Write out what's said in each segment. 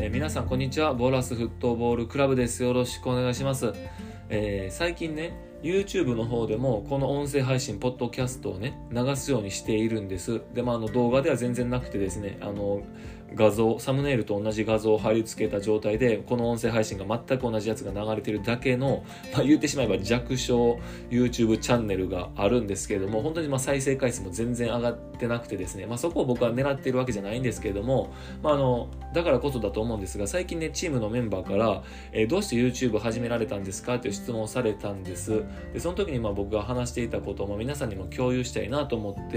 皆さんこんにちは。ボーラスフットボールクラブです。よろしくお願いします。最近ね YouTube の方でもこの音声配信ポッドキャストをね流すようにしているんです。で、動画では全然なくてですね、画像サムネイルと同じ画像を貼り付けた状態でこの音声配信が全く同じやつが流れているだけの、言ってしまえば弱小 YouTube チャンネルがあるんですけれども、本当に再生回数も全然上がってなくてですね、そこを僕は狙っているわけじゃないんですけれども、だからこそだと思うんですが、最近ねチームのメンバーから、どうして YouTube 始められたんですかという質問をされたんです。でその時に僕が話していたことを皆さんにも共有したいなと思って、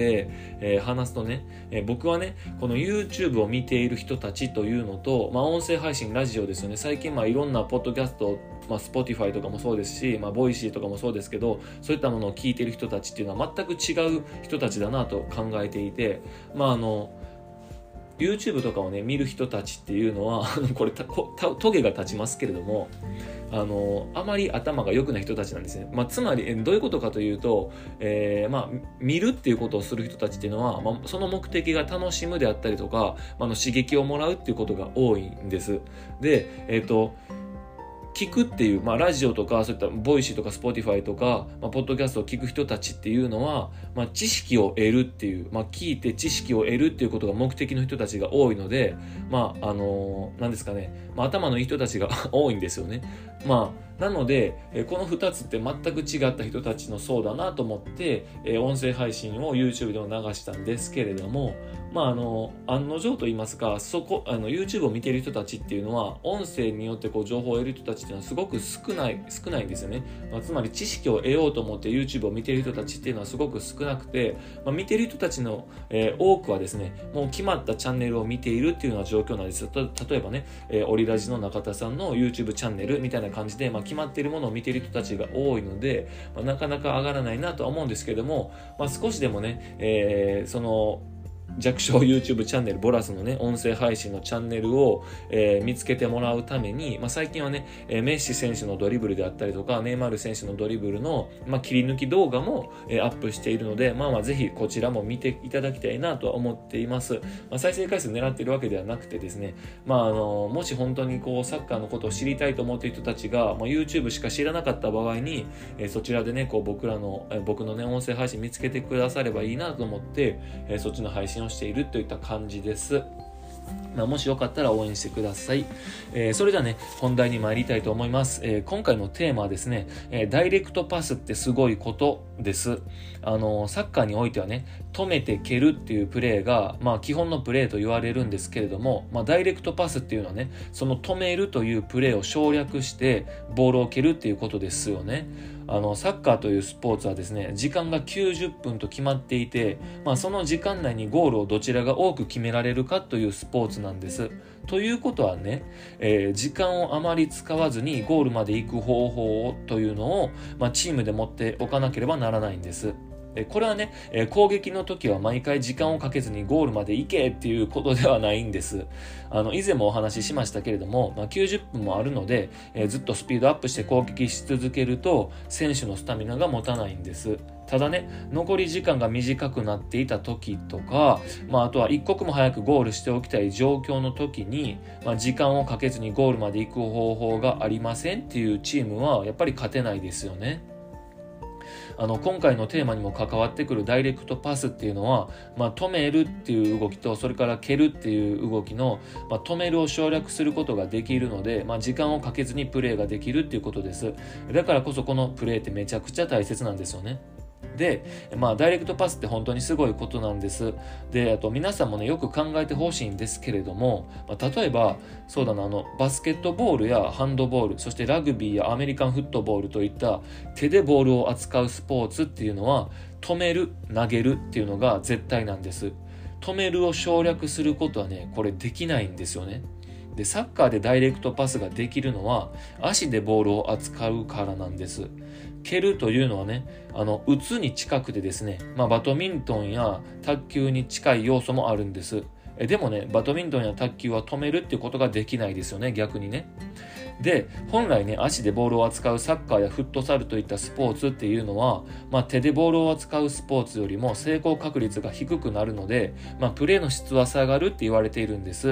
話すとね、僕はねこの YouTube を見ている人たちというのと、音声配信ラジオですよね。最近いろんなポッドキャスト、Spotify とかもそうですし、ボイシーとかもそうですけど、そういったものを聞いている人たちっていうのは全く違う人たちだなと考えていて、YouTube とかをね見る人たちっていうのはこれトゲが立ちますけれども、あまり頭が良くない人たちなんですね。つまりどういうことかというと、見るっていうことをする人たちっていうのは、その目的が楽しむであったりとか、刺激をもらうっていうことが多いんです。で、聞くっていう、ラジオとかそういったボイシーとかスポティファイとか、ポッドキャストを聞く人たちっていうのは、知識を得るっていう、聞いて知識を得るっていうことが目的の人たちが多いので、なんですかね、頭のいい人たちが多いんですよね。なのでこの2つって全く違った人たちの層だなと思って、音声配信を YouTube でも流したんですけれども、案の定と言いますか、YouTube を見ている人たちっていうのは音声によって情報を得る人たちっていうのはすごく少ないんですよね。つまり知識を得ようと思って YouTube を見ている人たちっていうのはすごく少なくて、見ている人たちの、多くはですね、もう決まったチャンネルを見ているっていうような状況なんですよ。例えばね、オリラジの中田さんの YouTube チャンネルみたいな感じで、決まっているものを見ている人たちが多いので、なかなか上がらないなとは思うんですけれども、少しでもね、その弱小 YouTube チャンネル、ボラスのね音声配信のチャンネルを、見つけてもらうために、最近はね、メッシ選手のドリブルであったりとかネイマール選手のドリブルの、切り抜き動画も、アップしているので、ぜひこちらも見ていただきたいなとは思っています。再生回数狙っているわけではなくてですね、もし本当にサッカーのことを知りたいと思っている人たちが、YouTube しか知らなかった場合に、そちらでね僕のね音声配信見つけてくださればいいなと思って、そっちの配信をしているといった感じです。もしよかったら応援してください。それではね本題に参りたいと思います。今回のテーマはですね、ダイレクトパスってすごいことです。サッカーにおいてはね止めて蹴るっていうプレーが、基本のプレーと言われるんですけれども、ダイレクトパスっていうのはねその止めるというプレーを省略してボールを蹴るっていうことですよね。サッカーというスポーツはですね時間が90分と決まっていて、その時間内にゴールをどちらが多く決められるかというスポーツなんです。ということはね、時間をあまり使わずにゴールまで行く方法というのを、チームで持っておかなければならないんです。これはね、攻撃の時は毎回時間をかけずにゴールまで行けっていうことではないんです。以前もお話ししましたけれども、90分もあるので、ずっとスピードアップして攻撃し続けると選手のスタミナが持たないんです。ただね、残り時間が短くなっていた時とか、あとは一刻も早くゴールしておきたい状況の時に、時間をかけずにゴールまで行く方法がありませんっていうチームはやっぱり勝てないですよね。今回のテーマにも関わってくるダイレクトパスっていうのは、止めるっていう動きとそれから蹴るっていう動きの、止めるを省略することができるので、時間をかけずにプレーができるっていうことです。だからこそこのプレーってめちゃくちゃ大切なんですよね。で、ダイレクトパスって本当にすごいことなんです。で、あと皆さんもねよく考えてほしいんですけれども、例えばそうだな、バスケットボールやハンドボール、そしてラグビーやアメリカンフットボールといった手でボールを扱うスポーツっていうのは止める、投げるっていうのが絶対なんです。止めるを省略することはねこれできないんですよね。で、サッカーでダイレクトパスができるのは足でボールを扱うからなんです。蹴るというのはね、打つに近くてですね、バドミントンや卓球に近い要素もあるんです。でもね、バドミントンや卓球は止めるっていうことができないですよね、逆にね。で、本来ね、足でボールを扱うサッカーやフットサルといったスポーツっていうのは、手でボールを扱うスポーツよりも成功確率が低くなるので、プレーの質は下がるって言われているんです。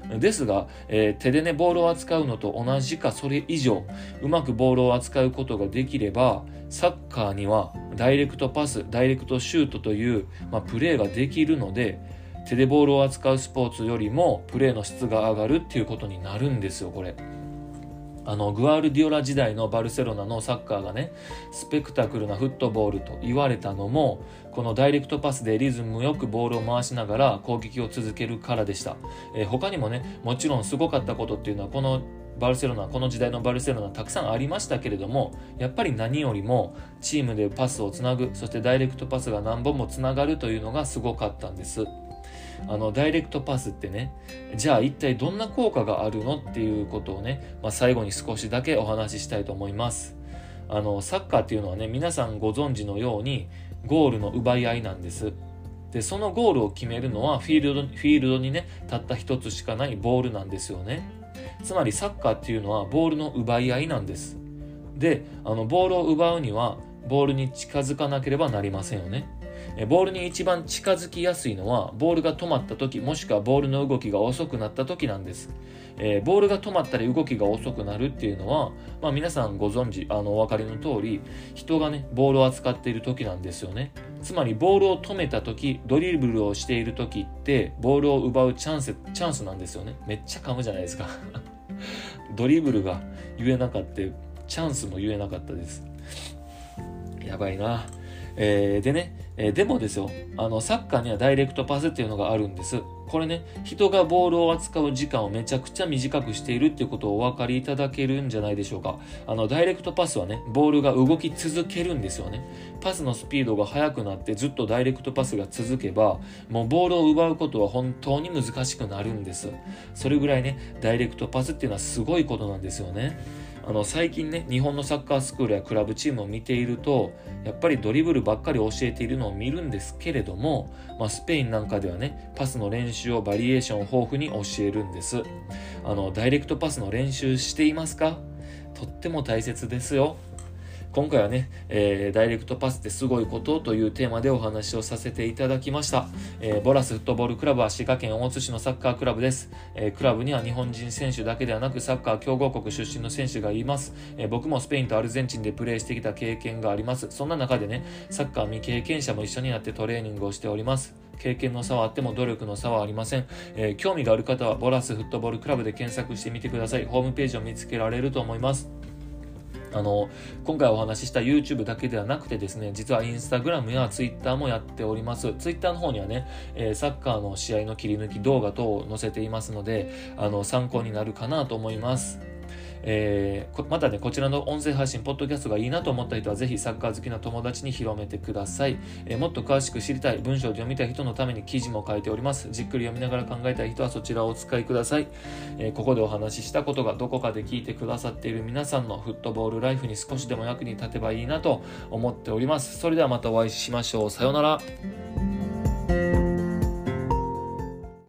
ですが、手でねボールを扱うのと同じかそれ以上うまくボールを扱うことができれば、サッカーにはダイレクトパス、ダイレクトシュートという、プレーができるので、手でボールを扱うスポーツよりもプレーの質が上がるっていうことになるんですよ。これグアルディオラ時代のバルセロナのサッカーがねスペクタクルなフットボールと言われたのも、このダイレクトパスでリズムよくボールを回しながら攻撃を続けるからでした。他にもねもちろんすごかったことっていうのはこの時代のバルセロナたくさんありましたけれども、やっぱり何よりもチームでパスをつなぐ、そしてダイレクトパスが何本もつながるというのがすごかったんです。ダイレクトパスってね、じゃあ一体どんな効果があるのっていうことをね、最後に少しだけお話ししたいと思います。サッカーっていうのはね、皆さんご存知のようにゴールの奪い合いなんです。でそのゴールを決めるのはフィールドにねたった一つしかないボールなんですよね。つまりサッカーっていうのはボールの奪い合いなんです。でボールを奪うにはボールに近づかなければなりませんよね。ボールに一番近づきやすいのはボールが止まった時、もしくはボールの動きが遅くなった時なんです。ボールが止まったり動きが遅くなるっていうのは、皆さんご存知お分かりの通り、人がねボールを扱っている時なんですよね。つまりボールを止めた時、ドリブルをしている時ってボールを奪うチャンスなんですよね。めっちゃ噛むじゃないですかドリブルが言えなかった、チャンスも言えなかったです。やばいな。でね、でもですよ、サッカーにはダイレクトパスっていうのがあるんです。これね、人がボールを扱う時間をめちゃくちゃ短くしているっていうことをお分かりいただけるんじゃないでしょうか。ダイレクトパスはね、ボールが動き続けるんですよね。パスのスピードが速くなってずっとダイレクトパスが続けば、もうボールを奪うことは本当に難しくなるんです。それぐらいね、ダイレクトパスっていうのはすごいことなんですよね。最近ね、日本のサッカースクールやクラブチームを見ていると、やっぱりドリブルばっかり教えているのを見るんですけれども、スペインなんかではね、パスの練習をバリエーション豊富に教えるんです。ダイレクトパスの練習していますか？とっても大切ですよ。今回はね、ダイレクトパスってすごいことというテーマでお話をさせていただきました。ボラスフットボールクラブは滋賀県大津市のサッカークラブです。クラブには日本人選手だけではなくサッカー強豪国出身の選手がいます。僕もスペインとアルゼンチンでプレーしてきた経験があります。そんな中でね、サッカー未経験者も一緒になってトレーニングをしております。経験の差はあっても努力の差はありません。興味がある方はボラスフットボールクラブで検索してみてください。ホームページを見つけられると思います。今回お話しした YouTube だけではなくてですね、実は Instagram や Twitter もやっております。Twitter の方にはね、サッカーの試合の切り抜き動画等を載せていますので、参考になるかなと思います。またね、こちらの音声配信ポッドキャストがいいなと思った人はぜひサッカー好きな友達に広めてください。もっと詳しく知りたい、文章を読みたい人のために記事も書いております。じっくり読みながら考えたい人はそちらをお使いください。ここでお話ししたことがどこかで聞いてくださっている皆さんのフットボールライフに少しでも役に立てばいいなと思っております。それではまたお会いしましょう。さようなら。